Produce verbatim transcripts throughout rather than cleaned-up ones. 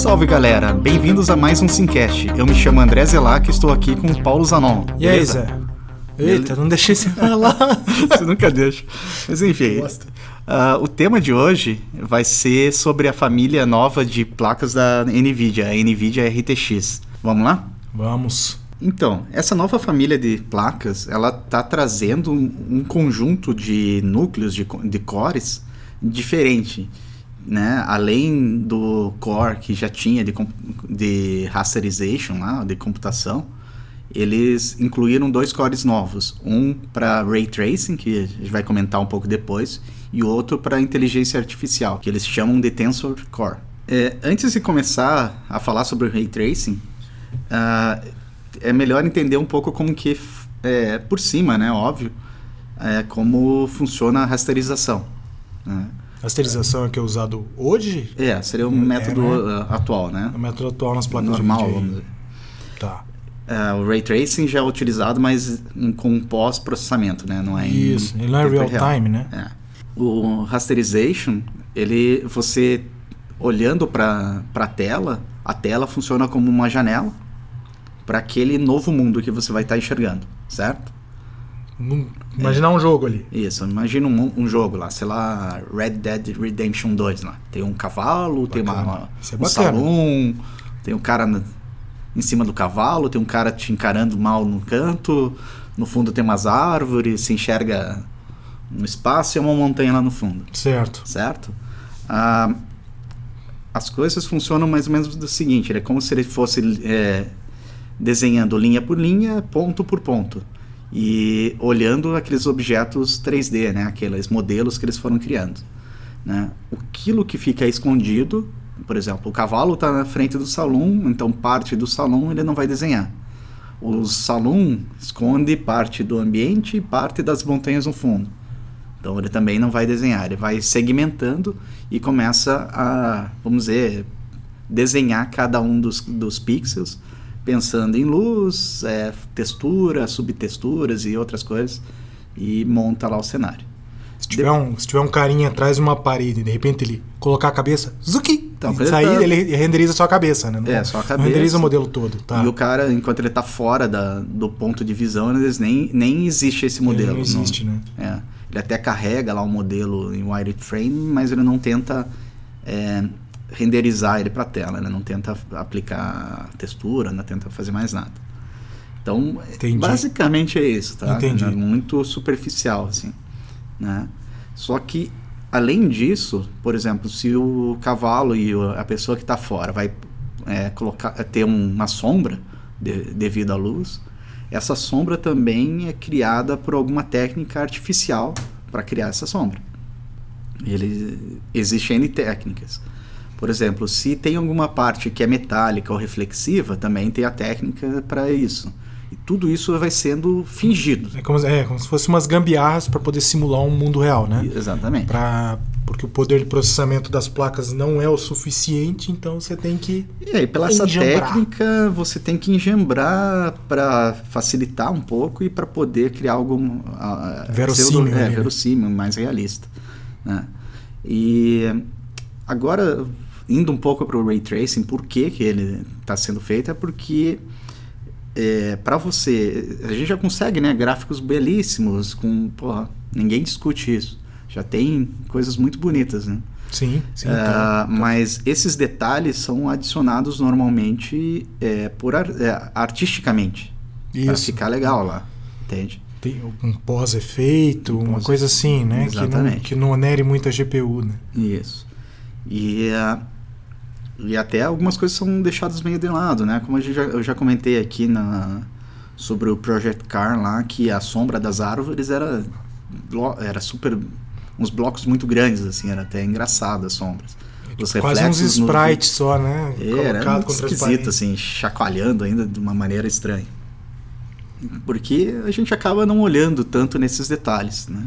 Salve galera, bem-vindos a mais um Simcast. Eu me chamo André Zelac e estou aqui com o Paulo Zanon. E aí, Zé? Eita, não deixei você falar. Você nunca deixa. Mas enfim, uh, o tema de hoje vai ser sobre a família nova de placas da NVIDIA, a NVIDIA R T X. Vamos lá? Vamos. Então, essa nova família de placas, ela está trazendo um, um conjunto de núcleos, de, de cores, diferente. Né? Além do core que já tinha de, de rasterization, lá, de computação, eles incluíram dois cores novos. Um para Ray Tracing, que a gente vai comentar um pouco depois, e outro para inteligência artificial, que eles chamam de Tensor Core. É, antes de começar a falar sobre o Ray Tracing, uh, é melhor entender um pouco como que, é, por cima, né, óbvio, é, como funciona a rasterização. Né? Rasterização é que é usado hoje? É, seria um método é, né? atual, né? É o método atual nas placas normal, de vídeo. Vamos dizer. Tá. É, o Ray Tracing já é utilizado, mas em, com pós-processamento, né? Não é Isso, em ele não é real, real time, né? É. O rasterization, ele, você olhando para a tela, a tela funciona como uma janela para aquele novo mundo que você vai estar enxergando, certo? Imaginar é. um jogo ali. Isso, imagina um, um jogo lá, sei lá, Red Dead Redemption dois lá. Tem um cavalo, bacana. Tem uma, uma, é um salão, tem um cara na, em cima do cavalo, tem um cara te encarando mal no canto, no fundo tem umas árvores, se enxerga um espaço e uma montanha lá no fundo. Certo. Certo? Ah, as coisas funcionam mais ou menos do seguinte, é como se ele fosse é, desenhando linha por linha, ponto por ponto. E olhando aqueles objetos três D, né? Aqueles modelos que eles foram criando. Né? Aquilo que fica escondido, por exemplo, o cavalo está na frente do salão, então parte do salão ele não vai desenhar. O salão esconde parte do ambiente e parte das montanhas no fundo. Então ele também não vai desenhar, ele vai segmentando e começa a, vamos dizer, desenhar cada um dos, dos pixels, pensando em luz, é, textura, subtexturas e outras coisas, e monta lá o cenário. Se tiver, de... um, se tiver um carinha atrás de uma parede, de repente ele colocar a cabeça, zuki, então, e sair, tá... ele renderiza só a cabeça, né? Não, é, só a cabeça. Não renderiza o modelo todo. Tá. E o cara, enquanto ele está fora da, do ponto de visão, eles nem, nem existe esse modelo. Ele não existe, não, né? É, ele até carrega lá o modelo em wireframe, mas ele não tenta... É, renderizar ele para a tela, né? Não tenta aplicar textura, não tenta fazer mais nada. Então, Entendi. basicamente é isso, tá? Entendi. É muito superficial, assim, né? Só que, além disso, por exemplo, se o cavalo e a pessoa que está fora vai é, colocar, ter uma sombra de, devido à luz, essa sombra também é criada por alguma técnica artificial para criar essa sombra. Ele, existem N técnicas. Por exemplo, se tem alguma parte que é metálica ou reflexiva, também tem a técnica para isso. E tudo isso vai sendo fingido. É como, é, como se fosse umas gambiarras para poder simular um mundo real, né? Exatamente. Pra, porque o poder de processamento das placas não é o suficiente, então você tem que E aí, pela essa técnica, você tem que enjambrar para facilitar um pouco e para poder criar algo uh, verossímil, pseudo, é, né? verossímil, mais realista. Né? E agora... Indo um pouco para o Ray Tracing, por que, que ele está sendo feito? É porque é, para você... A gente já consegue, né, gráficos belíssimos, com, porra, ninguém discute isso. Já tem coisas muito bonitas, né? Sim, sim. Uh, tá, tá. Mas esses detalhes são adicionados normalmente é, por ar, é, artisticamente. Para ficar legal lá, entende? Tem um pós-efeito, um uma pós coisa assim, né? Exatamente. Que não, que não onere muito a G P U, né? Isso. E... Uh, E até algumas coisas são deixadas meio de lado, né? Como a gente já, eu já comentei aqui na, sobre o Project Car lá, que a sombra das árvores era, era super... uns blocos muito grandes, assim, era até engraçado as sombras. Os Quase uns sprites no... só, né? É, era muito esquisito, assim, chacoalhando ainda de uma maneira estranha. Porque a gente acaba não olhando tanto nesses detalhes, né?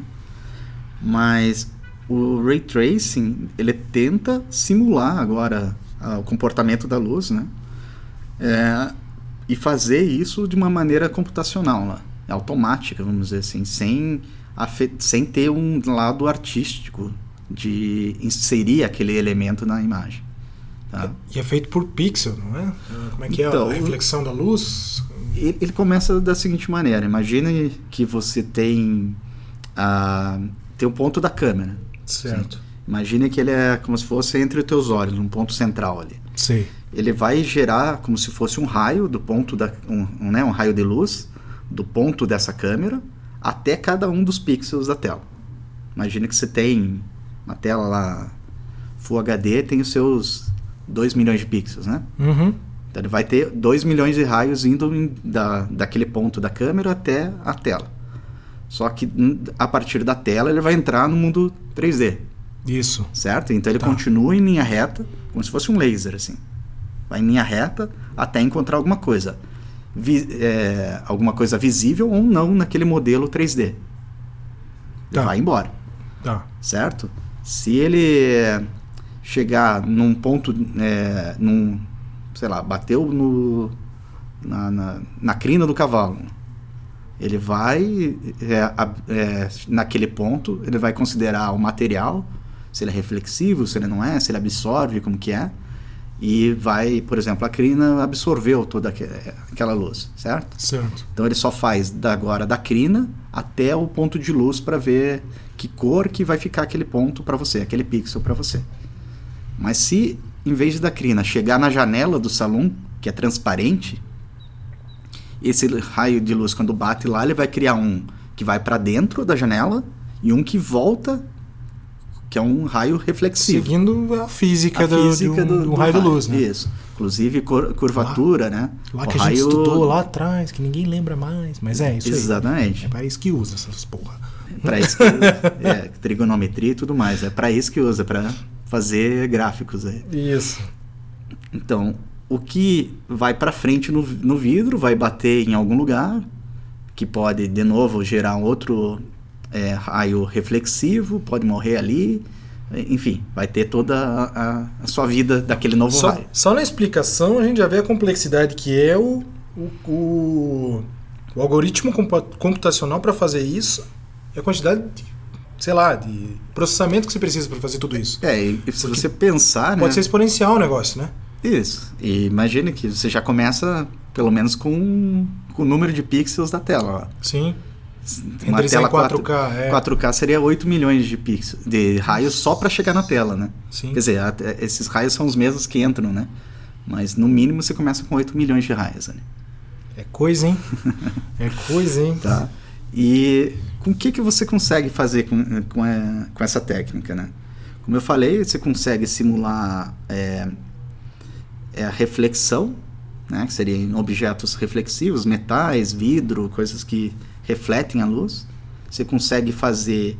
Mas o Ray Tracing, ele tenta simular agora o comportamento da luz, né? É, e fazer isso de uma maneira computacional, né? Automática, vamos dizer assim, sem, sem ter um lado artístico de inserir aquele elemento na imagem. Tá? E é feito por pixel, não é? Como é que Então, é a reflexão da luz? Ele, ele começa da seguinte maneira. Imagine que você tem, a, tem um ponto da câmera. Certo. Sim. Imagine que ele é como se fosse entre os teus olhos, um ponto central ali. Sim. Ele vai gerar como se fosse um raio do ponto da um, um, né, um raio de luz do ponto dessa câmera até cada um dos pixels da tela. Imagine que você tem uma tela lá Full H D, tem os seus dois milhões de pixels, né? Uhum. Então ele vai ter dois milhões de raios indo em, da, daquele ponto da câmera até a tela. Só que a partir da tela ele vai entrar no mundo três D. Isso. Certo? Então ele Tá. continua em linha reta, como se fosse um laser, assim. Vai em linha reta até encontrar alguma coisa. Vi, é, alguma coisa visível ou não naquele modelo três D. Ele Tá. vai embora. Tá. Certo? Se ele chegar num ponto, é, num, sei lá, bateu no, na, na, na crina do cavalo, ele vai, é, a, é, naquele ponto, ele vai considerar o material, se ele é reflexivo, se ele não é, se ele absorve, como que é, e vai, por exemplo, a crina absorveu toda aquela luz, certo? Certo. Então ele só faz da, agora da crina até o ponto de luz para ver que cor que vai ficar aquele ponto para você, aquele pixel para você. Mas se, em vez da crina chegar na janela do salão, que é transparente, esse raio de luz, quando bate lá, ele vai criar um que vai para dentro da janela e um que volta, que é um raio reflexivo. Seguindo a física, A do, física do, do, do do raio de luz, né? Isso. Inclusive cur, curvatura, lá, né? Lá o que raio... a gente estudou lá atrás, que ninguém lembra mais. Mas é isso Exatamente. aí. É para isso que usa essas porra. Para isso que é, trigonometria e tudo mais. É para isso que usa, para fazer gráficos aí. Isso. Então, o que vai para frente no, no vidro vai bater em algum lugar, que pode, de novo, gerar um outro é, raio reflexivo, pode morrer ali. Enfim, vai ter toda a, a, a sua vida daquele novo Só, raio. só na explicação a gente já vê a complexidade que é o, o, o, o algoritmo computacional para fazer isso e a quantidade de, sei lá, de processamento que você precisa para fazer tudo isso. É, e se Porque você pensar, pode né? ser exponencial o negócio, né? Isso. E imagine que você já começa, pelo menos, com, com o número de pixels da tela. Ó. Sim. Uma Renderizar tela em quatro K, é. quatro K seria oito milhões de pixels, de raios só para chegar na tela, né? Sim. Quer dizer, a, esses raios são os mesmos que entram, né? Mas no mínimo você começa com oito milhões de raios, né? É coisa, hein? É coisa, hein? Tá. E com o que, que você consegue fazer com, com, a, com essa técnica, né? Como eu falei, você consegue simular é, é a reflexão, né? Que seriam objetos reflexivos, metais, vidro, coisas que refletem a luz. Você consegue fazer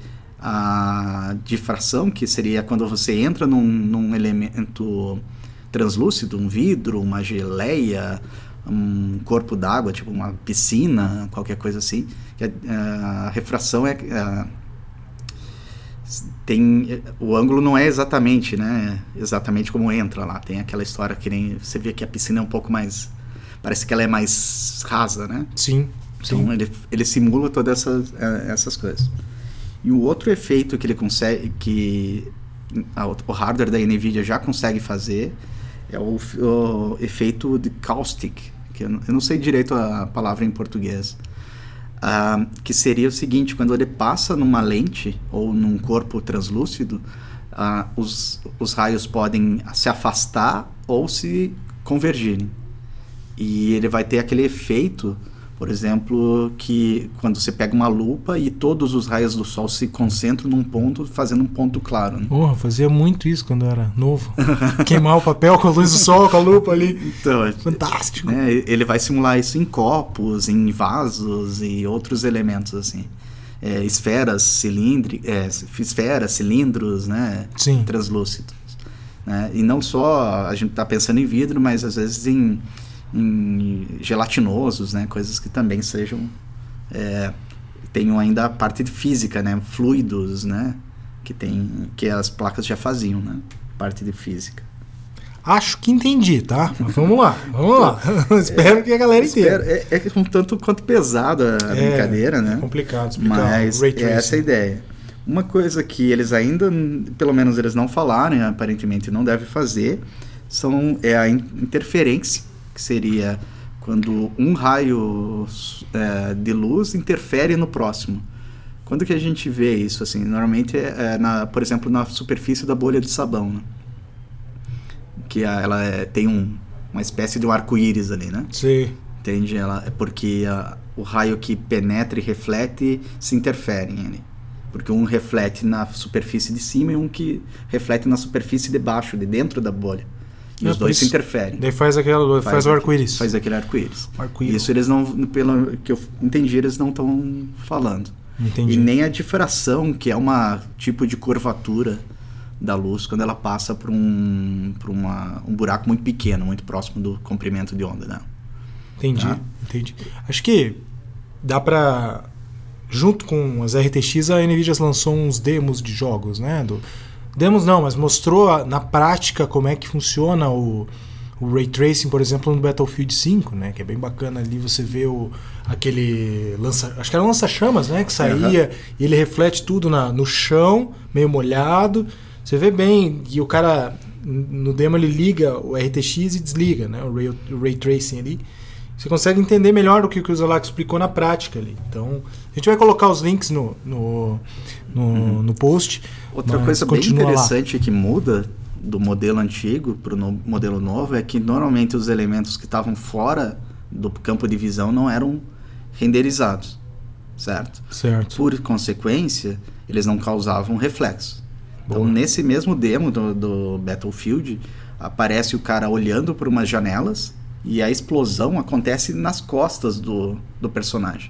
a difração, que seria quando você entra num, num elemento translúcido, um vidro, uma geleia, um corpo d'água, tipo uma piscina, qualquer coisa assim. A, a refração é... A, tem, o ângulo não é exatamente, né, exatamente como entra lá. Tem aquela história que nem... Você vê que a piscina é um pouco mais... Parece que ela é mais rasa, né? Sim. Então ele, ele simula todas essas, essas coisas. E o outro efeito que ele consegue, que a, o hardware da NVIDIA já consegue fazer, é o, o efeito de caustic, que eu, eu não sei direito a palavra em português, uh, que seria o seguinte: quando ele passa numa lente ou num corpo translúcido, uh, os, os raios podem se afastar ou se convergirem. E ele vai ter aquele efeito, por exemplo, que quando você pega uma lupa e todos os raios do sol se concentram num ponto, fazendo um ponto claro. Né? Porra, fazia muito isso quando eu era novo. Queimar o papel com a luz do sol, com a lupa ali. Então, fantástico. Né, ele vai simular isso em copos, em vasos e outros elementos assim. É, esferas, cilindri, é, esferas, cilindros, né? Sim. Translúcidos. Né? E não só a gente está pensando em vidro, mas às vezes em em gelatinosos, né, coisas que também sejam é, tenham ainda a parte de física, né, fluidos, né, que tem, que as placas já faziam, né, parte de física. Acho que entendi, tá? Mas vamos lá, vamos lá. Espero é, que a galera entenda. É, é um tanto quanto pesada a é, brincadeira, né? É complicado explicar. Mas é essa a ideia. Uma coisa que eles ainda, pelo menos eles não falaram, aparentemente não devem fazer, são, é a interferência, que seria quando um raio é, de luz interfere no próximo. Quando que a gente vê isso? Assim, normalmente, é, é na, por exemplo, na superfície da bolha de sabão, né? Que a, ela é, tem um, uma espécie de um arco-íris ali, né? Sim. Entende? Ela, é porque a, o raio que penetra e reflete se interferem ali. Porque um reflete na superfície de cima e um que reflete na superfície de baixo, de dentro da bolha. E é, os dois se interferem. Daí faz, aquela, faz, faz o arco-íris. Faz aquele arco-íris. Arco-íris. Isso eles não, pelo que eu entendi, eles não estão falando. Entendi. E nem a difração, que é um tipo de curvatura da luz quando ela passa por um, por uma, um buraco muito pequeno, muito próximo do comprimento de onda, né? Entendi, tá? Entendi. Acho que dá pra... Junto com as R T X, a NVIDIA lançou uns demos de jogos, né? Do, demos não, mas mostrou a, na prática como é que funciona o, o Ray Tracing, por exemplo, no Battlefield cinco, né? Que é bem bacana ali você vê o, aquele lança, acho que era um lança-chamas, né? Que saía, uhum. E ele reflete tudo na, no chão, meio molhado. Você vê bem, e o cara no demo ele liga o R T X e desliga, né? O Ray, o Ray Tracing ali. Você consegue entender melhor do que o Zalac explicou na prática ali. Então, a gente vai colocar os links no, no, no, uhum. no post. Outra coisa bem interessante lá. Que muda do modelo antigo para o no, modelo novo é que normalmente os elementos que estavam fora do campo de visão não eram renderizados, certo? Certo. Por consequência, eles não causavam reflexo. Boa. Então, nesse mesmo demo do, do Battlefield, aparece o cara olhando por umas janelas e a explosão acontece nas costas do, do personagem.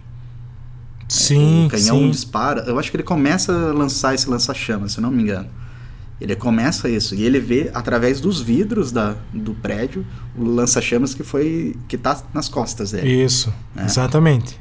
Sim, o canhão sim. dispara. Eu acho que ele começa a lançar esse lança-chamas, se eu não me engano. Ele começa isso. E ele vê, através dos vidros da, do prédio, o lança-chamas que foi que tá nas costas dele. Isso, né? Exatamente.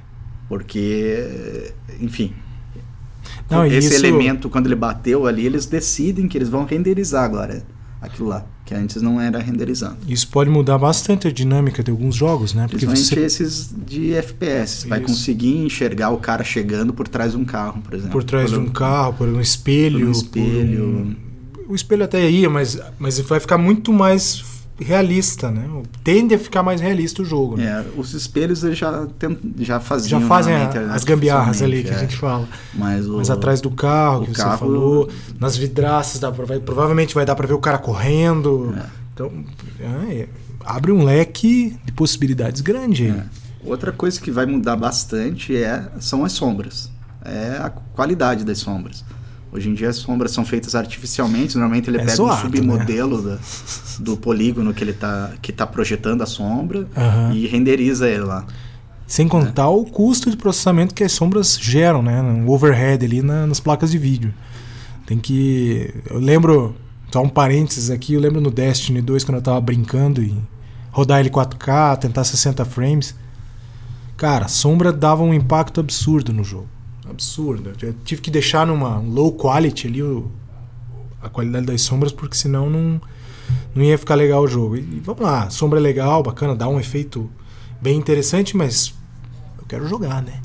Porque, enfim... Não, esse isso... elemento, quando ele bateu ali, eles decidem que eles vão renderizar agora aquilo lá, que antes não era renderizado. Isso pode mudar bastante a dinâmica de alguns jogos, né? Porque principalmente você... esses de F P S. Você vai conseguir enxergar o cara chegando por trás de um carro, por exemplo. Por trás por de um carro, por um espelho. Por um espelho. Por um... O espelho até ia, mas, mas vai ficar muito mais realista, né? Tende a ficar mais realista o jogo. Né? É, os espelhos eles já, tem, já faziam. Já fazem a, as gambiarras ali que é. a gente fala. Mas, o, mas atrás do carro, que carro, você falou, nas vidraças, dá pra, vai, provavelmente vai dar para ver o cara correndo. É. Então, é, abre um leque de possibilidades grande. É. Outra coisa que vai mudar bastante é, são as sombras. É a qualidade das sombras. Hoje em dia as sombras são feitas artificialmente, normalmente ele é pega zoado, um submodelo né? da, do polígono que ele está que tá projetando a sombra uhum. e renderiza ele lá. Sem contar é. o custo de processamento que as sombras geram, né? Um overhead ali na, nas placas de vídeo. Tem que... Eu lembro, só um parênteses aqui, eu lembro no Destiny dois, quando eu estava brincando e rodar ele quatro K, tentar sessenta frames. Cara, a sombra dava um impacto absurdo no jogo. Absurdo. Eu tive que deixar numa low quality ali o, a qualidade das sombras, porque senão não, não ia ficar legal o jogo. E, e vamos lá, sombra é legal, bacana, dá um efeito bem interessante, mas eu quero jogar, né?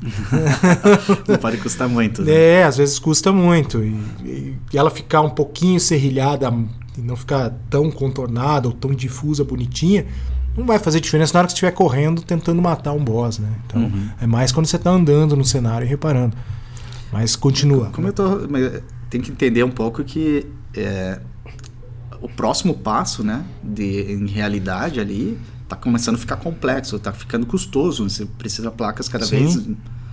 Não pode custar muito. Né? É, às vezes custa muito. E, e, e ela ficar um pouquinho serrilhada e não ficar tão contornada ou tão difusa, bonitinha, não vai fazer diferença na hora que você estiver correndo tentando matar um boss, né? Então, uhum. é mais quando você está andando no cenário e reparando. Mas continua. Como eu tô, tem que entender um pouco que é, o próximo passo, né, de, em realidade ali, está começando a ficar complexo, está ficando custoso. Você precisa de placas cada Sim. vez...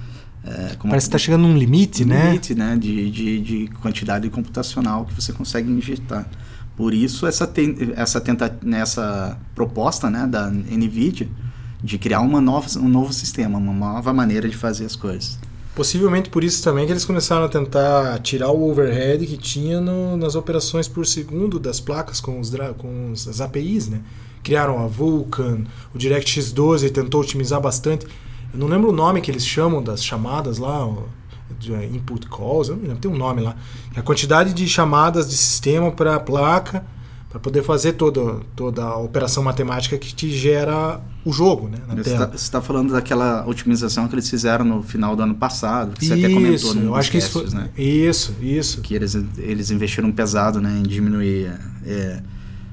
É, como Parece que está chegando num limite, um né? limite, né? De, de, de quantidade computacional que você consegue injetar. Por isso, essa, ten, essa, tenta, essa proposta, né, da NVIDIA de criar uma nova, um novo sistema, uma nova maneira de fazer as coisas. Possivelmente por isso também que eles começaram a tentar tirar o overhead que tinha no, nas operações por segundo das placas com, os, com as A P Is, né? Criaram a Vulkan, o DirectX doze tentou otimizar bastante. Eu não lembro o nome que eles chamam das chamadas lá, input calls, eu não lembro, tem um nome lá. A quantidade de chamadas de sistema para a placa, para poder fazer toda, toda a operação matemática que te gera o jogo, né, na você tela. Você está falando daquela otimização que eles fizeram no final do ano passado, que isso, você até comentou no eu acho que isso foi, né? Isso, isso. Que eles, eles investiram pesado, né, em diminuir... É,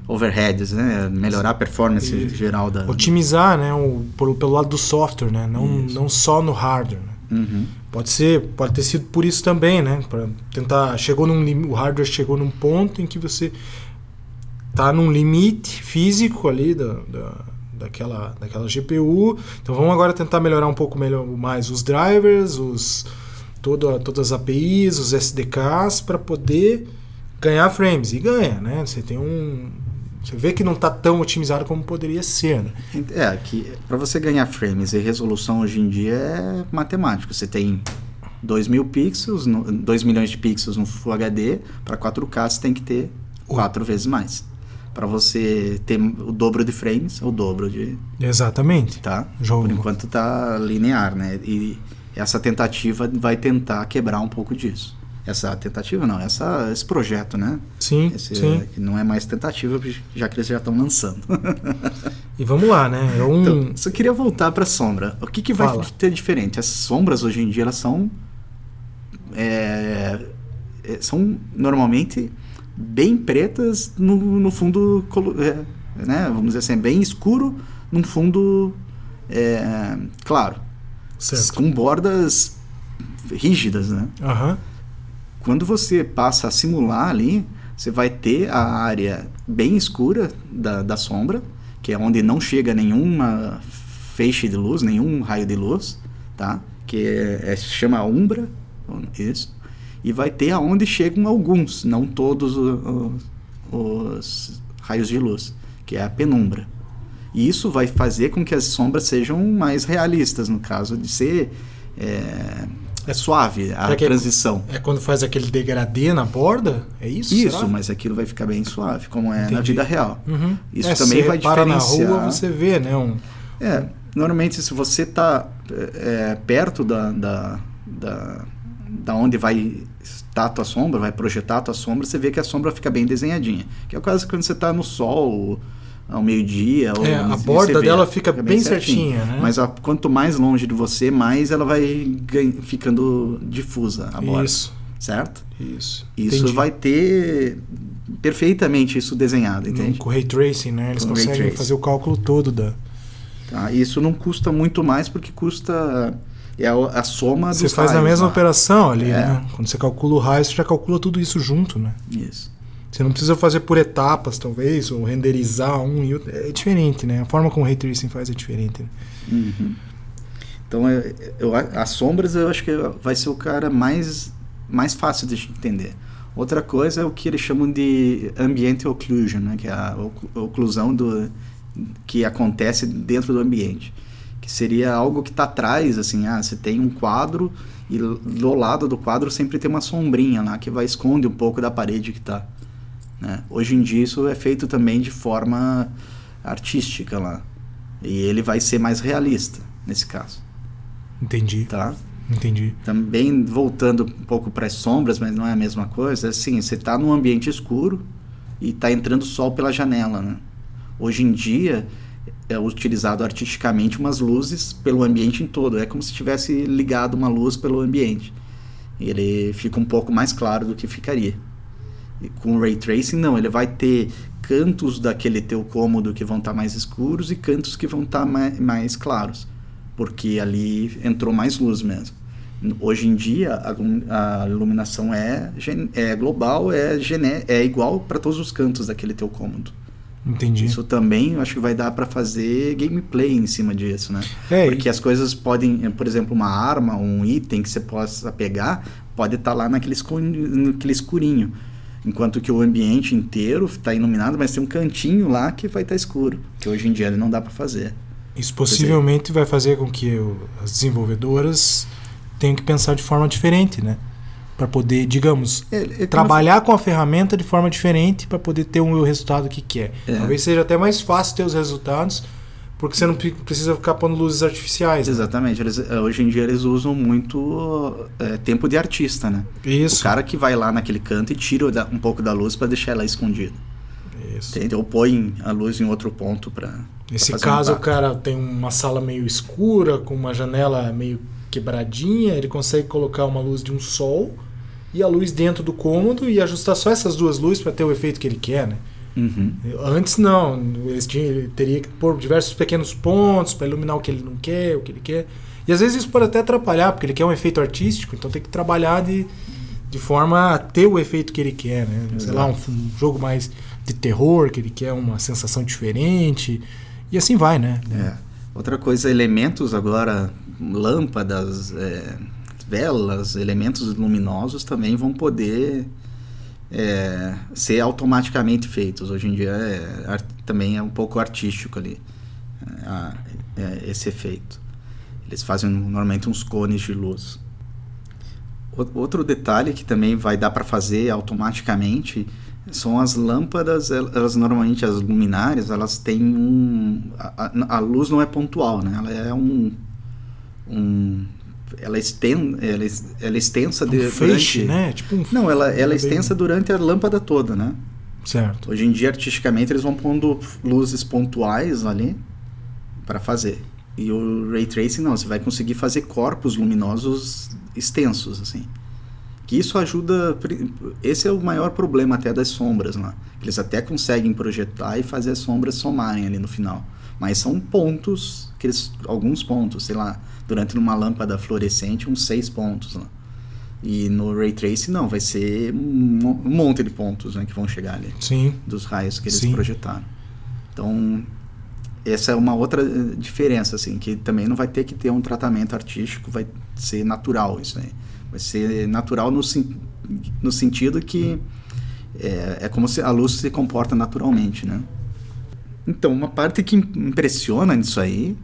overheads, né? Melhorar a performance E geral da... Otimizar, né? O, pelo, pelo lado do software, né? Não, não só no hardware. Né? Uhum. Pode ser, pode ter sido por isso também, né? Para tentar, chegou num lim- o hardware chegou num ponto em que você tá num limite físico ali da, da, daquela, daquela G P U. Então vamos agora tentar melhorar um pouco melhor, mais os drivers, os, todo, todas as A P Is, os S D Ks para poder ganhar frames. E ganha, né? Você tem um... Você vê que não está tão otimizado como poderia ser, né? É, que para você ganhar frames e resolução hoje em dia é matemático. Você tem dois mil pixels, dois milhões de pixels no Full H D, para quatro K você tem que ter quatro vezes mais. Para você ter o dobro de frames, o dobro de... Exatamente. Tá? Jogo. Por enquanto tá linear, né? E essa tentativa vai tentar quebrar um pouco disso. Essa tentativa não, essa, esse projeto, né? Sim, esse, sim. É, que não é mais tentativa, já que eles já estão lançando. E vamos lá, né? É um... Então, só queria voltar para a sombra. O que, que vai Fala. ter diferente? As sombras hoje em dia elas são é, são normalmente bem pretas no, no fundo, é, né? Vamos dizer assim, bem escuro num fundo é, claro, Certo. com bordas rígidas, né? Aham. Quando você passa a simular ali, você vai ter a área bem escura da, da sombra, que é onde não chega nenhuma feixe de luz, nenhum raio de luz, tá? Que é, é, se chama umbra, isso. E vai ter aonde chegam alguns, não todos os, os raios de luz, que é a penumbra. E isso vai fazer com que as sombras sejam mais realistas, no caso de ser... É, é suave a transição. É quando faz aquele degradê na borda? É isso? Isso, será? mas aquilo vai ficar bem suave, como é Entendi. na vida real. Uhum. Isso é, também se vai repara diferenciar. na rua, você vê, né? Um... É, normalmente se você está é, perto da, da, da, da onde vai estar a tua sombra, vai projetar a tua sombra, você vê que a sombra fica bem desenhadinha. Que é quase quando você está no sol... ao meio-dia. É, a borda dela fica, fica bem, bem certinha, né? Mas a, quanto mais longe de você, mais ela vai ganha, ficando difusa, a borda. Isso. Certo? Isso. Isso Entendi. vai ter perfeitamente isso desenhado, entende? Com Ray Tracing, né? Eles Com conseguem fazer o cálculo todo da... Tá? Isso não custa muito mais porque custa... É a, a soma dos Você faz raios, a mesma lá. operação ali, é. né? Quando você calcula o raio, você já calcula tudo isso junto, né? Isso. Você não precisa fazer por etapas, talvez, ou renderizar um e outro. É diferente, né? A forma como o Ray Tracing faz é diferente. Né? Uhum. Então, eu, eu, as sombras eu acho que vai ser o cara mais, mais fácil de entender. Outra coisa é o que eles chamam de ambient occlusion, né? Que é a oclusão do, que acontece dentro do ambiente. Que seria algo que está atrás, assim, ah, você tem um quadro e do lado do quadro sempre tem uma sombrinha lá que vai esconde um pouco da parede que está. Né? Hoje em dia isso é feito também de forma artística lá. E ele vai ser mais realista nesse caso. Entendi. Tá? Entendi. Também voltando um pouco para as sombras, mas não é a mesma coisa. Assim, você está num ambiente escuro e está entrando sol pela janela. Né? Hoje em dia é utilizado artisticamente umas luzes pelo ambiente em todo. É como se tivesse ligado uma luz pelo ambiente. Ele fica um pouco mais claro do que ficaria. E com o Ray Tracing, não. Ele vai ter cantos daquele teu cômodo que vão estar mais escuros e cantos que vão estar mais, mais claros. Porque ali entrou mais luz mesmo. Hoje em dia, a, a iluminação é, é global, é, gené, é igual para todos os cantos daquele teu cômodo. Entendi. Isso também, eu acho que vai dar para fazer gameplay em cima disso, né? É, Porque e... as coisas podem, por exemplo, uma arma, um item que você possa pegar, pode estar lá naquele escurinho, naquele escurinho. Enquanto que o ambiente inteiro está iluminado, mas tem um cantinho lá que vai estar escuro. Que hoje em dia não dá para fazer. Isso possivelmente vai fazer com que o, as desenvolvedoras tenham que pensar de forma diferente, né? Para poder, digamos, é, é trabalhar com a ferramenta de forma diferente para poder ter um resultado que quer. É. Talvez seja até mais fácil ter os resultados, porque você não precisa ficar pondo luzes artificiais. Né? Exatamente. Eles, hoje em dia eles usam muito é, tempo de artista, né? Isso. O cara que vai lá naquele canto e tira um pouco da luz para deixar ela escondida. Isso. Entendeu? Ou põe a luz em outro ponto para... Nesse caso, um o cara tem uma sala meio escura, com uma janela meio quebradinha, ele consegue colocar uma luz de um sol e a luz dentro do cômodo e ajustar só essas duas luzes para ter o efeito que ele quer, né? Uhum. Antes não, eles tinham, ele teria que pôr diversos pequenos pontos para iluminar o que ele não quer, o que ele quer. E às vezes isso pode até atrapalhar, porque ele quer um efeito artístico, então tem que trabalhar de, de forma a ter o efeito que ele quer, né? Sei lá, um, um jogo mais de terror, que ele quer uma sensação diferente, e assim vai, né? É. Outra coisa, elementos agora, lâmpadas, é, velas, elementos luminosos também vão poder é, ser automaticamente feitos. Hoje em dia é, art, também é um pouco artístico ali, é, é, esse efeito. Eles fazem normalmente uns cones de luz. O, outro detalhe que também vai dar para fazer automaticamente são as lâmpadas. Elas normalmente, as luminárias, elas têm um... A, a luz não é pontual, né? Ela é um... um ela, esten, ela, ela é extensa... Um de, feixe, durante, né? Tipo um não, ela, ela é extensa durante a lâmpada toda, né? Certo. Hoje em dia, artisticamente, eles vão pondo luzes pontuais ali para fazer. E o Ray Tracing não, você vai conseguir fazer corpos luminosos extensos, assim. Que isso ajuda... Esse é o maior problema até das sombras lá. Eles até conseguem projetar e fazer as sombras somarem ali no final. Mas são pontos, que eles, alguns pontos, sei lá, durante uma lâmpada fluorescente, uns seis pontos lá. E no Ray Tracing não, vai ser um monte de pontos, né, que vão chegar ali. Sim. Dos raios que eles Sim. projetaram. Então... essa é uma outra diferença, assim, que também não vai ter que ter um tratamento artístico, vai ser natural isso aí. Vai ser natural no, no sentido que é, é como se a luz se comporta naturalmente, né? Então, uma parte que impressiona nisso aí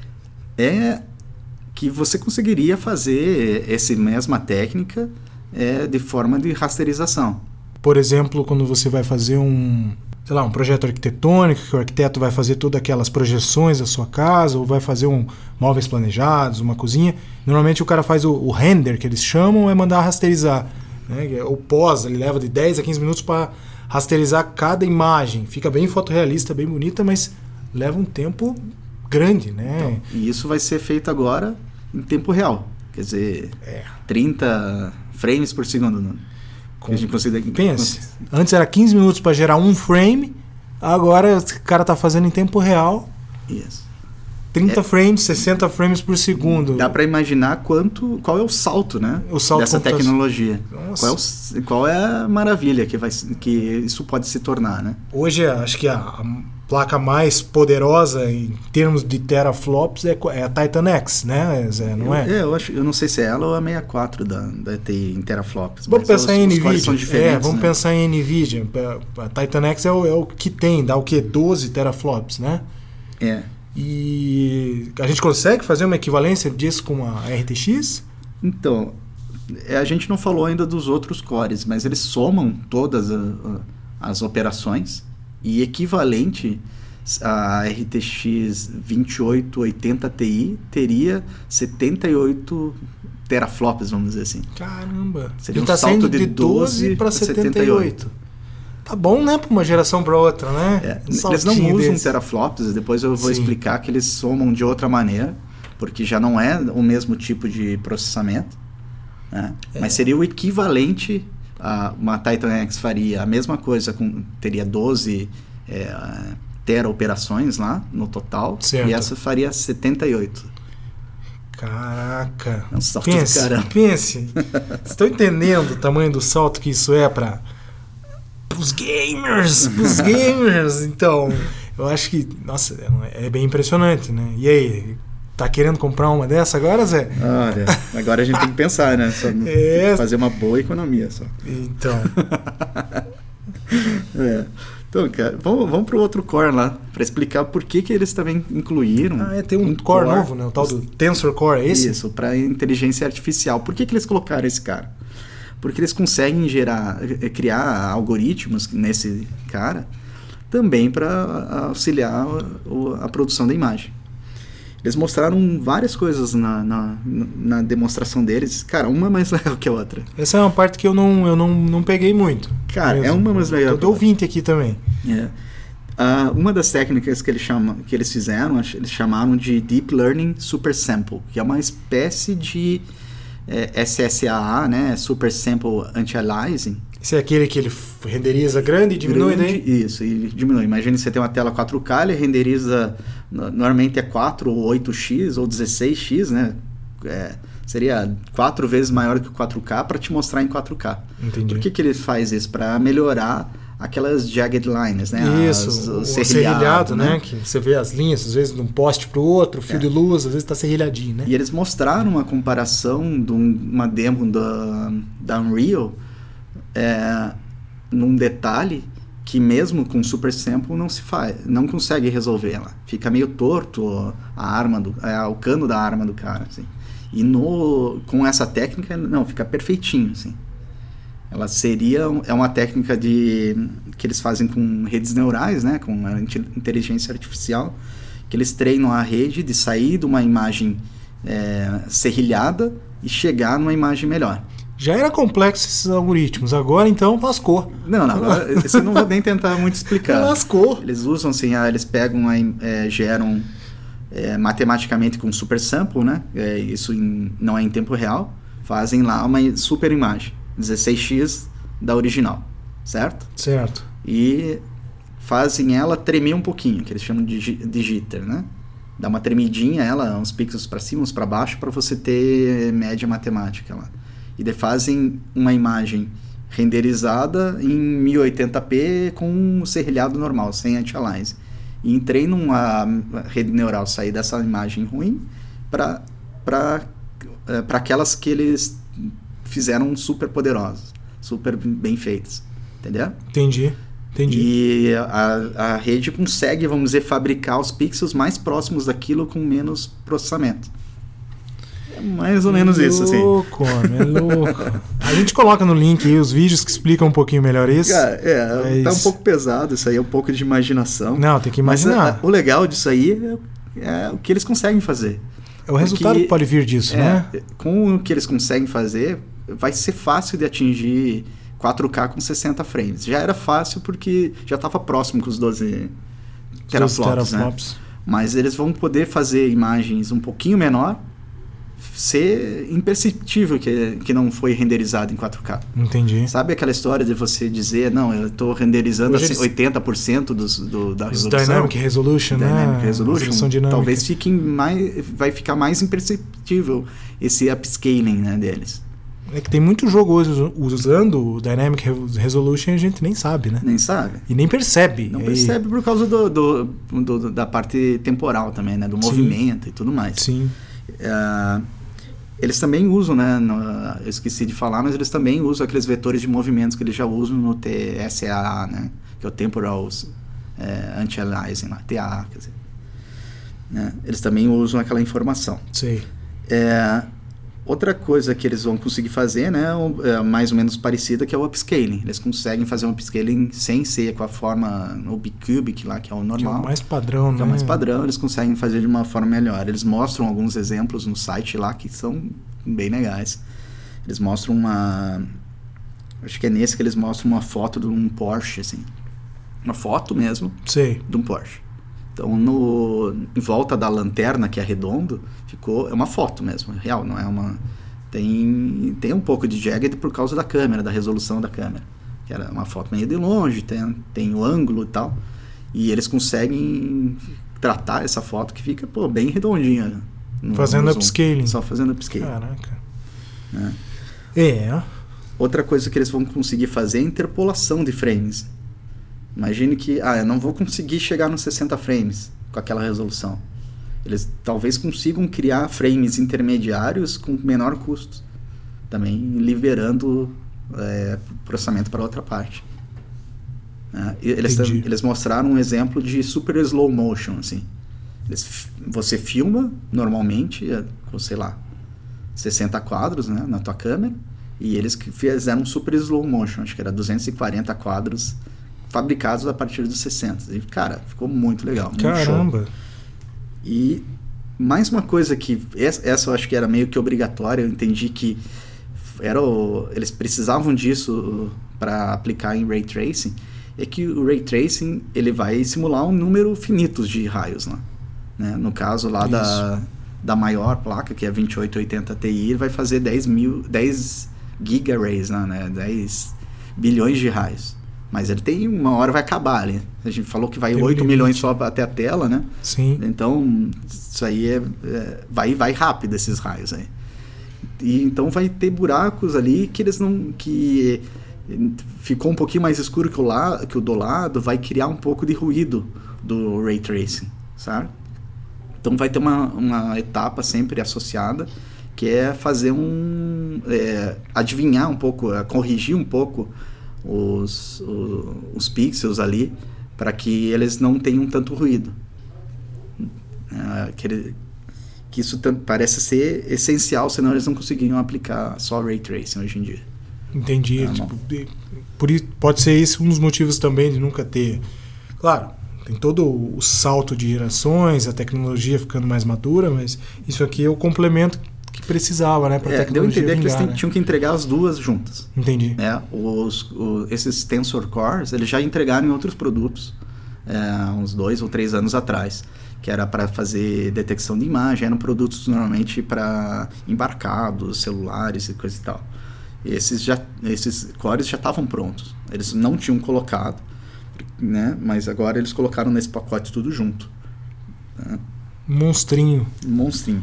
é que você conseguiria fazer essa mesma técnica é, de forma de rasterização. Por exemplo, quando você vai fazer um... sei lá, um projeto arquitetônico, que o arquiteto vai fazer todas aquelas projeções da sua casa, ou vai fazer um móveis planejados, uma cozinha. Normalmente o cara faz o, o render, que eles chamam, é mandar rasterizar. Né? O pós, ele leva de dez a quinze minutos para rasterizar cada imagem. Fica bem fotorrealista, bem bonita, mas leva um tempo grande, né? Então, e isso vai ser feito agora em tempo real. Quer dizer, é. trinta frames por segundo, né? Com... a gente consegue... Pense, antes era quinze minutos para gerar um frame, agora o cara tá fazendo em tempo real. Isso. trinta é... frames, sessenta frames por segundo. Dá para imaginar quanto, qual é o salto, né? O salto dessa tecnologia. Nossa. Qual é, o, qual é a maravilha que, vai, que isso pode se tornar, né? Hoje, acho que a, a placa mais poderosa em termos de teraflops é, é a Titan X, né, Zé? Não eu, é? é eu, acho, eu não sei se é ela ou a sessenta e quatro da, da T I em teraflops. Vamos pensar os, em os NVIDIA. são diferentes, é, vamos né? pensar em NVIDIA. A Titan X é o, é o que tem, dá o quê? doze teraflops, né? É. E a gente consegue fazer uma equivalência disso com a R T X? Então, a gente não falou ainda dos outros cores, mas eles somam todas a, a, as operações e equivalente a R T X vinte e oito oitenta Ti teria setenta e oito teraflops, vamos dizer assim. Caramba! Seria um tá salto de de doze para setenta e oito. Tá bom, né? Para uma geração para outra, né? É, um eles não usam desse. teraflops, depois eu vou Sim. explicar que eles somam de outra maneira, porque já não é o mesmo tipo de processamento, né? É. Mas seria o equivalente a uma Titan X faria a mesma coisa, com, teria doze é, tera operações lá no total, certo. E essa faria setenta e oito. Caraca! É um salto pense, do caramba. Pense! Vocês estão entendendo o tamanho do salto que isso é para os gamers? Os gamers! Então, eu acho que, nossa, é bem impressionante, né? E aí, tá querendo comprar uma dessa agora, Zé? Olha, agora a gente tem que pensar, né? Só é. fazer uma boa economia só. Então. é. Então, cara, vamos, vamos pro outro core lá, para explicar por que, que eles também incluíram... Ah, é, tem um, um core, core novo, né? O tal do Tensor Core, é esse? Isso, para inteligência artificial. Por que, que eles colocaram esse cara? Porque eles conseguem gerar, criar algoritmos nesse cara também para auxiliar a, a produção da imagem. Eles mostraram várias coisas na, na, na demonstração deles. Cara, uma é mais legal que a outra. Essa é uma parte que eu não, eu não, não peguei muito. Cara, mesmo. É uma mais legal. Eu ouvinte aqui também. É. Uh, uma das técnicas que eles, chama, que eles fizeram, eles chamaram de Deep Learning Super Sample, que é uma espécie de é, S S A A, né? Super Sample Anti-Aliasing. Esse é aquele que ele renderiza grande e diminui grande, daí? Isso, e diminui. Imagina você tem uma tela quatro K, ele renderiza, normalmente é quatro ou oito x ou dezesseis x, né? É, seria quatro vezes maior que o quatro K para te mostrar em quatro K. Entendi. Por que, que ele faz isso? Para melhorar aquelas jagged lines, né? Isso, as, o, o serrilhado, serrilhado, né? Que você vê as linhas, às vezes de um poste para o outro, fio é. de luz, às vezes está serrilhadinho, né? E eles mostraram uma comparação de um, uma demo da, da Unreal é, num detalhe que mesmo com Super Sample não se faz, não consegue resolver ela. Fica meio torto a arma do, é, o cano da arma do cara, assim. E no, com essa técnica, não, fica perfeitinho, assim. Ela seria, é uma técnica de, que eles fazem com redes neurais, né, com a inteligência artificial, que eles treinam a rede de sair de uma imagem é, serrilhada e chegar numa imagem melhor. Já era complexo esses algoritmos, agora então lascou. Não, não, agora, isso eu não vou nem tentar muito explicar. Lascou. Eles usam assim, ah, eles pegam, é, geram é, matematicamente com super sample, né, é, isso em, não é em tempo real, fazem lá uma super imagem. dezesseis x da original, certo? Certo. E fazem ela tremer um pouquinho, que eles chamam de, de jitter, né? Dá uma tremidinha, ela, uns pixels para cima, uns para baixo, para você ter média matemática lá. E daí fazem uma imagem renderizada em mil e oitenta p com um serrilhado normal, sem anti-aliasing. E treinam a rede neural sair dessa imagem ruim para para aquelas que eles fizeram super poderosas, super bem feitas, entendeu? Entendi, entendi. E a, a rede consegue, vamos dizer, fabricar os pixels mais próximos daquilo com menos processamento. É mais ou menos é isso, assim. Louco, homem, é louco. A gente coloca no link aí os vídeos que explicam um pouquinho melhor isso. Cara, é, é tá isso. um pouco pesado isso aí, é um pouco de imaginação. Não, tem que imaginar. Mas a, o legal disso aí é, é o que eles conseguem fazer. É o resultado Porque, que pode vir disso, é, né? Com o que eles conseguem fazer, vai ser fácil de atingir quatro K com sessenta frames. Já era fácil porque já estava próximo com os doze teraflops, né? Mas eles vão poder fazer imagens um pouquinho menor, ser imperceptível que, que não foi renderizado em quatro K. Entendi. Sabe aquela história de você dizer, não, eu estou renderizando assim, oitenta por cento dos, do, da resolução? Dynamic Resolution, Dynamic né? Resolution. Talvez fique mais, vai ficar mais imperceptível esse upscaling, né, deles. É que tem muito jogo hoje usando o Dynamic Resolution e a gente nem sabe, né? Nem sabe. E nem percebe. Não e... percebe por causa do, do, do, da parte temporal também, né? Do Sim. movimento e tudo mais. Sim. Uh, eles também usam, né? No, eu esqueci de falar, mas eles também usam aqueles vetores de movimentos que eles já usam no T S A A, né? Que é o Temporal é, Anti-Aliasing, T A A, quer dizer. Né? Eles também usam aquela informação. Sim. É, outra coisa que eles vão conseguir fazer, né, é mais ou menos parecida, que é o upscaling. Eles conseguem fazer um upscaling sem ser com a forma o bicubic lá, que é o normal. Que é o mais padrão, que né? é o mais padrão, eles conseguem fazer de uma forma melhor. Eles mostram alguns exemplos no site lá que são bem legais. Eles mostram uma... Acho que é nesse que eles mostram uma foto de um Porsche, assim. Uma foto mesmo Sei. de um Porsche. Então, no, em volta da lanterna, que é redondo, ficou, é uma foto mesmo, é real, não é uma... Tem, tem um pouco de jagged por causa da câmera, da resolução da câmera. Que era uma foto meio de longe, tem, tem o ângulo e tal. E eles conseguem tratar essa foto que fica, pô, bem redondinha. No, fazendo no upscaling. Só fazendo upscaling. Caraca. Né? É. Outra coisa que eles vão conseguir fazer é interpolação de frames. Imagine que, ah, eu não vou conseguir chegar nos sessenta frames com aquela resolução. Eles talvez consigam criar frames intermediários com menor custo, também liberando é, processamento para outra parte. É, eles, eles mostraram um exemplo de super slow motion, assim. Eles, você filma normalmente, com, sei lá, sessenta quadros, né, na tua câmera, e eles fizeram super slow motion, acho que era duzentos e quarenta quadros fabricados a partir dos sessenta. E, cara, ficou muito legal. Muito Caramba! Show. E mais uma coisa que... Essa, essa eu acho que era meio que obrigatória. Eu entendi que era o, eles precisavam disso para aplicar em Ray Tracing. É que o Ray Tracing ele vai simular um número finito de raios lá. Né? No caso lá da, da maior placa, que é vinte e oito oitenta Ti, ele vai fazer dez mil, dez gigaarrays, né? dez bilhões de raios. Mas ele tem uma hora vai acabar ali. A gente falou que vai Tem um oito limite. milhões só até a tela, né? Sim. Então, isso aí é, é, vai, vai rápido esses raios aí. E, então vai ter buracos ali que eles não... que ficou um pouquinho mais escuro que o, la, que o do lado, vai criar um pouco de ruído do Ray Tracing, sabe? Então vai ter uma, uma etapa sempre associada, que é fazer um... É, adivinhar um pouco, é, corrigir um pouco os, os, os pixels ali, para que eles não tenham tanto ruído. É, que, ele, que isso tam, parece ser essencial, senão eles não conseguiriam aplicar só Ray Tracing hoje em dia. Entendi. Ah, tipo, de, por isso, pode ser esse um dos motivos também de nunca ter... Claro, tem todo o salto de gerações, a tecnologia ficando mais madura, mas isso aqui é o complemento que precisava, né? Para É, a tecnologia deu a entender vingar, que eles né? tinham que entregar as duas juntas. Entendi. É, os, o, esses Tensor Cores, eles já entregaram em outros produtos, é, uns dois ou três anos atrás, que era para fazer detecção de imagem, eram produtos normalmente para embarcados, celulares e coisa e tal. Esses, já, esses cores já estavam prontos, eles não tinham colocado, né? Mas agora eles colocaram nesse pacote tudo junto. Né? Monstrinho. Monstrinho.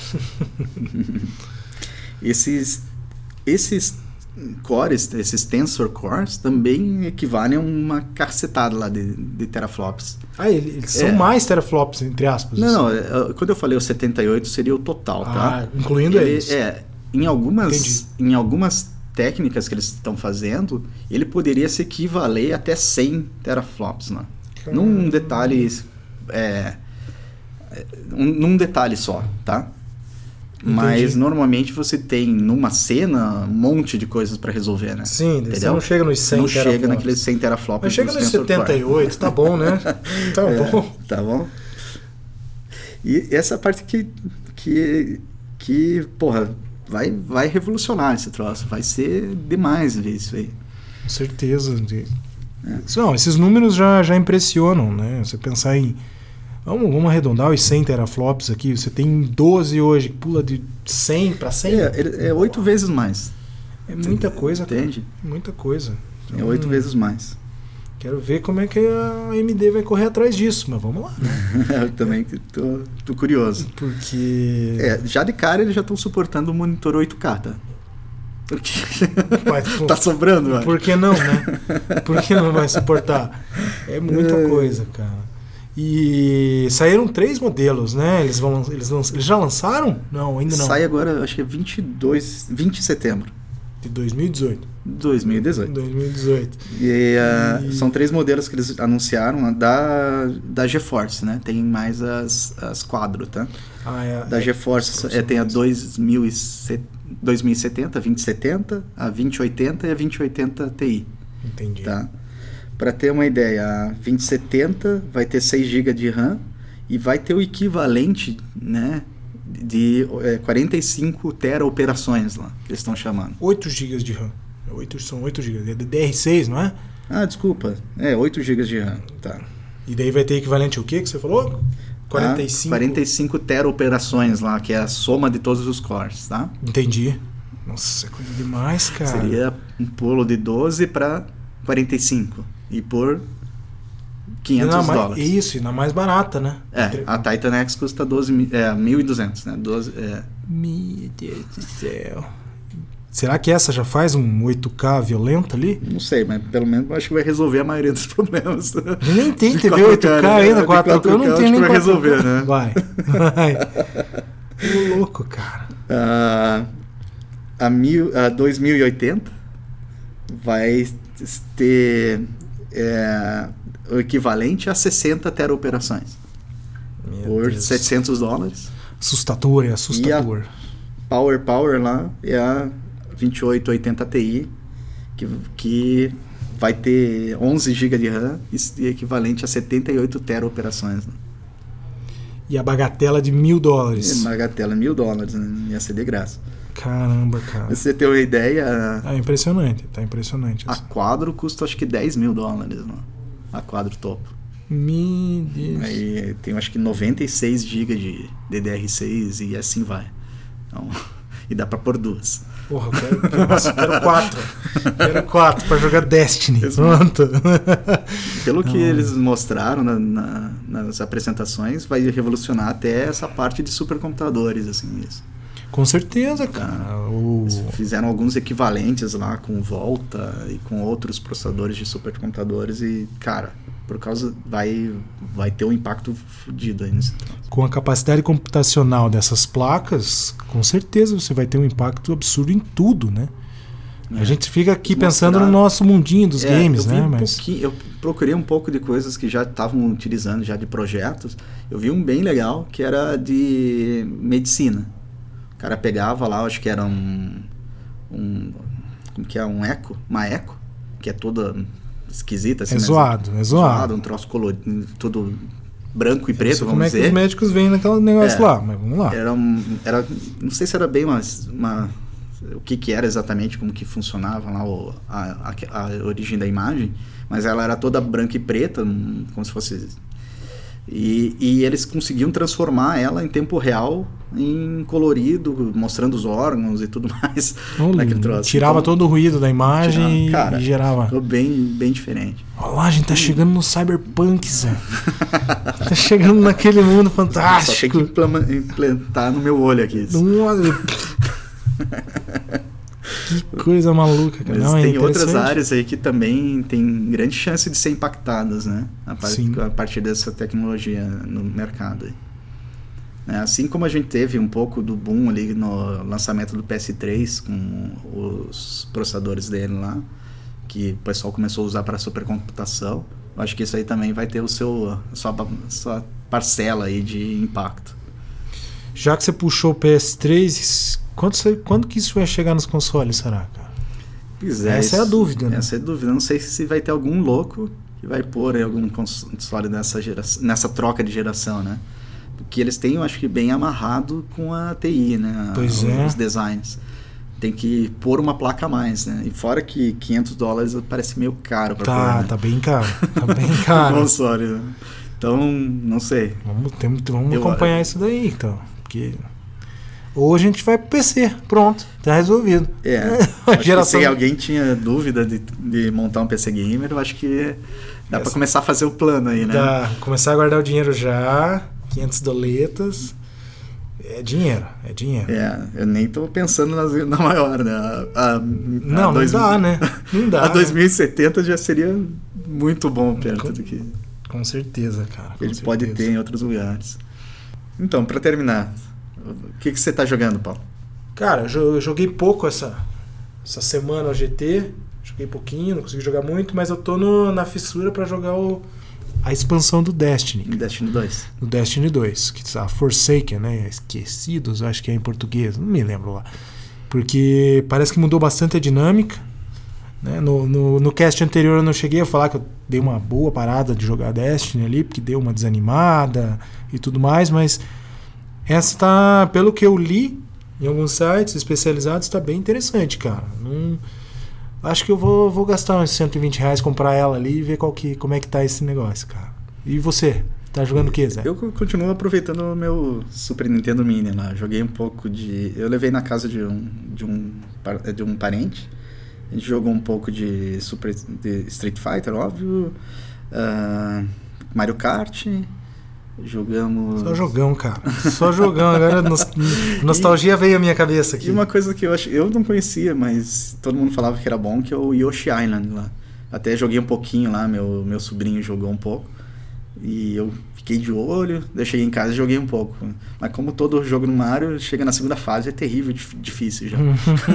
esses, esses cores, esses Tensor Cores, também equivalem a uma cacetada lá de, de teraflops. Ah, eles são É. mais teraflops, entre aspas. Não, não, é, quando eu falei o setenta e oito seria o total, tá? Ah, incluindo Ele, eles. É, em algumas, Entendi. em algumas técnicas que eles estão fazendo, ele poderia se equivaler até cem teraflops, né? Caramba. Num detalhe, é, um, num detalhe só, tá? Mas Entendi. normalmente você tem numa cena um monte de coisas para resolver, né? Sim, você Entendeu? não chega nos cem Não teraflops. chega naqueles cem teraflops. Mas chega dos nos Tensor setenta e oito, tá bom, né? Tá É, bom. Tá bom? E essa parte que, que, que porra, vai, vai revolucionar esse troço. Vai ser demais ver isso aí. Com certeza. É. Não, esses números já, já impressionam, né? Você pensar em... Vamos, vamos arredondar os cem teraflops aqui. Você tem doze hoje, pula de cem para cem. É, ele- é oito vezes mais. É muita coisa, cara. Entende? É muita coisa. É Então, oito vezes mais. Quero ver como é que a A M D vai correr atrás disso, mas vamos lá, né? Eu também tô, tô curioso. Porque... É, já de cara eles já estão suportando o monitor oito K, tá? Porque Vai, tá sobrando, mano. Por que não, né? Por que não vai suportar? É muita É. coisa, cara. E saíram três modelos, né? Eles, vão, lan- eles, lan- eles já lançaram? Não, ainda não. Sai agora, acho que é vinte e dois, vinte de setembro De dois mil e dezoito. de dois mil e dezoito. dois mil e dezoito. E, uh, E- são três modelos que eles anunciaram, a da, da GeForce, né? Tem mais as, as quadro, tá? Ah, é, Da é, GeForce é, tem a dois mil e setenta, vinte e setenta, a vinte e oitenta e a vinte e oitenta Ti, entendi. tá? Para ter uma ideia, a vinte e setenta vai ter seis gigas de RAM e vai ter o equivalente, né, de é, quarenta e cinco tera operações lá, que eles estão chamando. oito gigas de RAM. oito, são oito gigas. É D D R seis, não é? Ah, desculpa, é oito gigas de RAM, tá? E daí vai ter equivalente ao quê que você falou? quarenta e cinco. Ah, quarenta e cinco tera operações lá, que é a soma de todos os cores, tá? Entendi. Nossa, é coisa demais, cara. Seria um pulo de doze para quarenta e cinco e por quinhentos E na mais- dólares. Isso, e na mais barata, né? É, Entre- a Titan X custa doze, mi- é, mil e duzentos, né? doze, é, Meu Deus do céu. Será que essa já faz um oito K violento ali? não sei, mas pelo menos eu acho que vai resolver a maioria dos problemas. Nem tem De T V quatro oito K K, né? ainda, De quatro K. quatro K Eu não eu tenho acho nem que vai quatro K. resolver, né? Vai, vai. Que louco, cara. Ah, a, mil, a dois mil e oitenta vai ter é, o equivalente a sessenta tera operações Meu por Deus. setecentos dólares. Assustador, é assustador. Power Power lá é a vinte e oito oitenta Ti, que, que vai ter onze gigas de RAM e equivalente a setenta e oito tera operações. Né? E a bagatela de mil dólares. Bagatela, mil dólares, né? Ia ser de graça. Caramba, cara. Pra você ter uma ideia, É impressionante, tá impressionante. a quadro custa acho que dez mil dólares. Né? A quadro topo. Meu Deus. Aí tem acho que noventa e seis gigas de D D R seis e assim vai. Então, e dá pra pôr duas. Porra, eu quero, nossa, eu quero quatro. Quero quatro pra jogar Destiny. Pronto. Pelo que eles mostraram na, na, nas apresentações, vai revolucionar até essa parte de supercomputadores, assim, isso. Com certeza, cara. O... Eles fizeram alguns equivalentes lá com Volta e com outros processadores de supercomputadores e, cara, por causa vai vai ter um impacto fodido aí nesse troço. Com a capacidade computacional dessas placas, com certeza você vai ter um impacto absurdo em tudo, né? É. A gente fica aqui Eles pensando mostraram... no nosso mundinho dos é, games, eu vi né? Um Mas eu procurei um pouco de coisas que já estavam utilizando já de projetos. Eu vi um bem legal que era de medicina. O cara pegava lá, acho que era um, um como que é, um eco, uma eco, que é toda esquisita. Assim, é mesmo. zoado, é zoado. zoado. Um troço colorido, tudo branco e preto, vamos como é dizer. que os médicos veem naquele negócio é, lá, mas vamos lá. Era, um, era, não sei se era bem uma, uma, o que que era exatamente, como que funcionava lá o, a, a, a origem da imagem, mas ela era toda branca e preta, como se fosse... E, e eles conseguiam transformar ela em tempo real em colorido, mostrando os órgãos e tudo mais. Hum, naquele troço. Tirava então, todo o ruído da imagem tirava, cara, e gerava. Ficou bem, bem diferente. Olha lá, a gente tá chegando no Cyberpunk, Zé. Tá chegando naquele mundo fantástico. Só tem que implantar no meu olho aqui. Que coisa maluca, cara. Mas Não, é tem outras áreas aí que também tem grande chance de ser impactadas, né? A, par a partir dessa tecnologia no mercado. Aí. É, assim como a gente teve um pouco do boom ali no lançamento do P S três com os processadores dele lá, que o pessoal começou a usar para supercomputação, eu acho que isso aí também vai ter o seu, a sua, a sua parcela aí de impacto. Já que você puxou o P S três, quando, você, quando que isso vai chegar nos consoles, será, cara? Pois é, essa isso, é a dúvida, né? Essa é a dúvida. Não sei se vai ter algum louco que vai pôr algum console nessa, geração, nessa troca de geração, né? Porque eles têm, eu acho que, bem amarrado com a T I, né? Pois a, é. Os designs. Tem que pôr uma placa a mais, né? E fora que quinhentos dólares parece meio caro pra tá, pôr, né? Tá bem caro. Tá bem caro. console, né? Então, não sei. Vamos, tem, vamos acompanhar eu... isso daí, então. Porque... Ou a gente vai pro P C, pronto, tá resolvido. É, acho geração... que se alguém tinha dúvida de, de montar um P C gamer, eu acho que dá Essa... para começar a fazer o plano aí, né? Dá, começar a guardar o dinheiro já, quinhentos doletas, é dinheiro, é dinheiro. É, eu nem tô pensando na, na maior, né? A, a, não, a dois, não dá, né? Não dá. A dois mil e setenta já seria muito bom perto com, do que... Com certeza, cara. Com ele certeza. pode ter em outros lugares. Então, para terminar... O que, que você tá jogando, Paulo? Cara, eu joguei pouco essa, essa semana o G T. Joguei pouquinho, não consegui jogar muito, mas eu tô no, na fissura pra jogar o, a expansão do Destiny. Destiny dois. Do Destiny dois, que tá Forsaken, né? Esquecidos, acho que é em português, não me lembro lá. Porque parece que mudou bastante a dinâmica. Né? No, no, no cast anterior eu não cheguei a falar que eu dei uma boa parada de jogar Destiny ali, porque deu uma desanimada e tudo mais, mas... Essa tá, pelo que eu li em alguns sites especializados, tá bem interessante, cara. Não, acho que eu vou, vou gastar uns cento e vinte reais, comprar ela ali e ver qual que, como é que tá esse negócio, cara. E você? Tá jogando o que, Zé? Eu continuo aproveitando o meu Super Nintendo Mini lá. Joguei um pouco de... Eu levei na casa de um, de um, de um parente. A gente jogou um pouco de, Super, de Street Fighter, óbvio. Uh, Mario Kart... Jogamos... Só jogão, cara. Só jogão. Agora nos... nostalgia e, veio à minha cabeça aqui. E uma coisa que eu acho... Eu não conhecia, mas todo mundo falava que era bom, que é o Yoshi Island lá. Até joguei um pouquinho lá, meu, meu sobrinho jogou um pouco. E eu fiquei de olho, daí cheguei em casa e joguei um pouco. Mas como todo jogo no Mario, chega na segunda fase, é terrível, difícil já.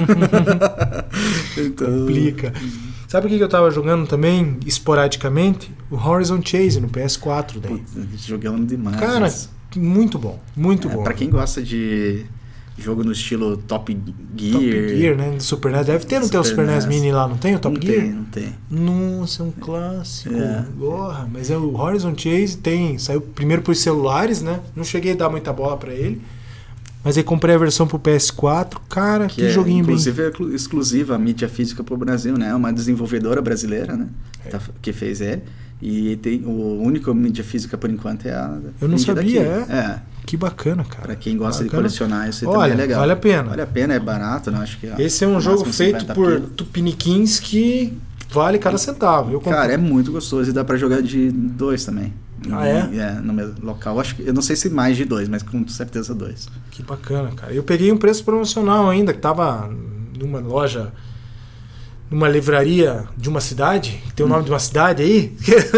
Então... Complica. Sabe o que eu tava jogando também, esporadicamente? O Horizon Chase no P S quatro daí. Putz, jogando demais. Cara, mas... muito bom, muito é, bom. Pra quem gosta de jogo no estilo Top Gear... Top Gear, né? Do Super N E S. Deve ter no teu Super N E S Mini lá, não tem o Top não Gear? Tem, não tem. Nossa, é um clássico. É. Porra, mas é o Horizon Chase, tem, saiu primeiro pros celulares, né? Não cheguei a dar muita bola pra ele. Mas aí comprei a versão pro P S quatro, cara, que, que é, joguinho inclusive bem... Inclusive é exclusiva a mídia física pro Brasil, né? Uma desenvolvedora brasileira, né? É. Que fez ele. E tem, o único mídia física por enquanto é a. Eu não sabia, daqui. é? É. Que bacana, cara. Pra quem gosta bacana. de colecionar, isso Olha, também é legal. Vale a pena. Vale a pena, é barato, né? Acho que, ó, esse é um jogo feito por pila. tupiniquins que vale cada centavo. Eu Cara, é muito gostoso e dá pra jogar de dois também. Ah, é? É, no mesmo local. Acho que, eu não sei se mais de dois, mas com certeza dois. Que bacana, cara. Eu peguei um preço promocional ainda, que tava numa loja, numa livraria de uma cidade, que tem o nome de uma cidade aí.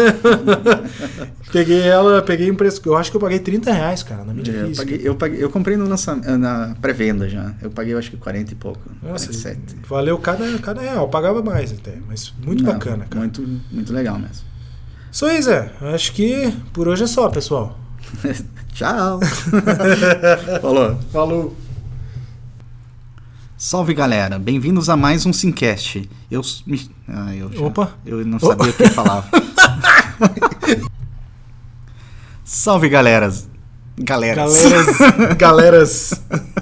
Peguei ela, peguei um preço, eu acho que eu paguei trinta reais, cara, na mídia eu, física. paguei, eu, paguei, eu comprei no lançamento, na pré-venda já. Eu paguei, eu acho que quarenta e pouco. Nossa, quarenta e sete. Valeu cada, cada real, eu pagava mais até, mas muito Não, bacana, cara. Muito, muito legal mesmo. Isso aí, Zé. Acho que por hoje é só, pessoal. Tchau. Falou. Falou. Salve, galera. Bem-vindos a mais um Simcast. Eu... Ah, eu já, Opa. Eu não sabia o que falava. Salve, galeras. Galeras. Galeras. Galeras.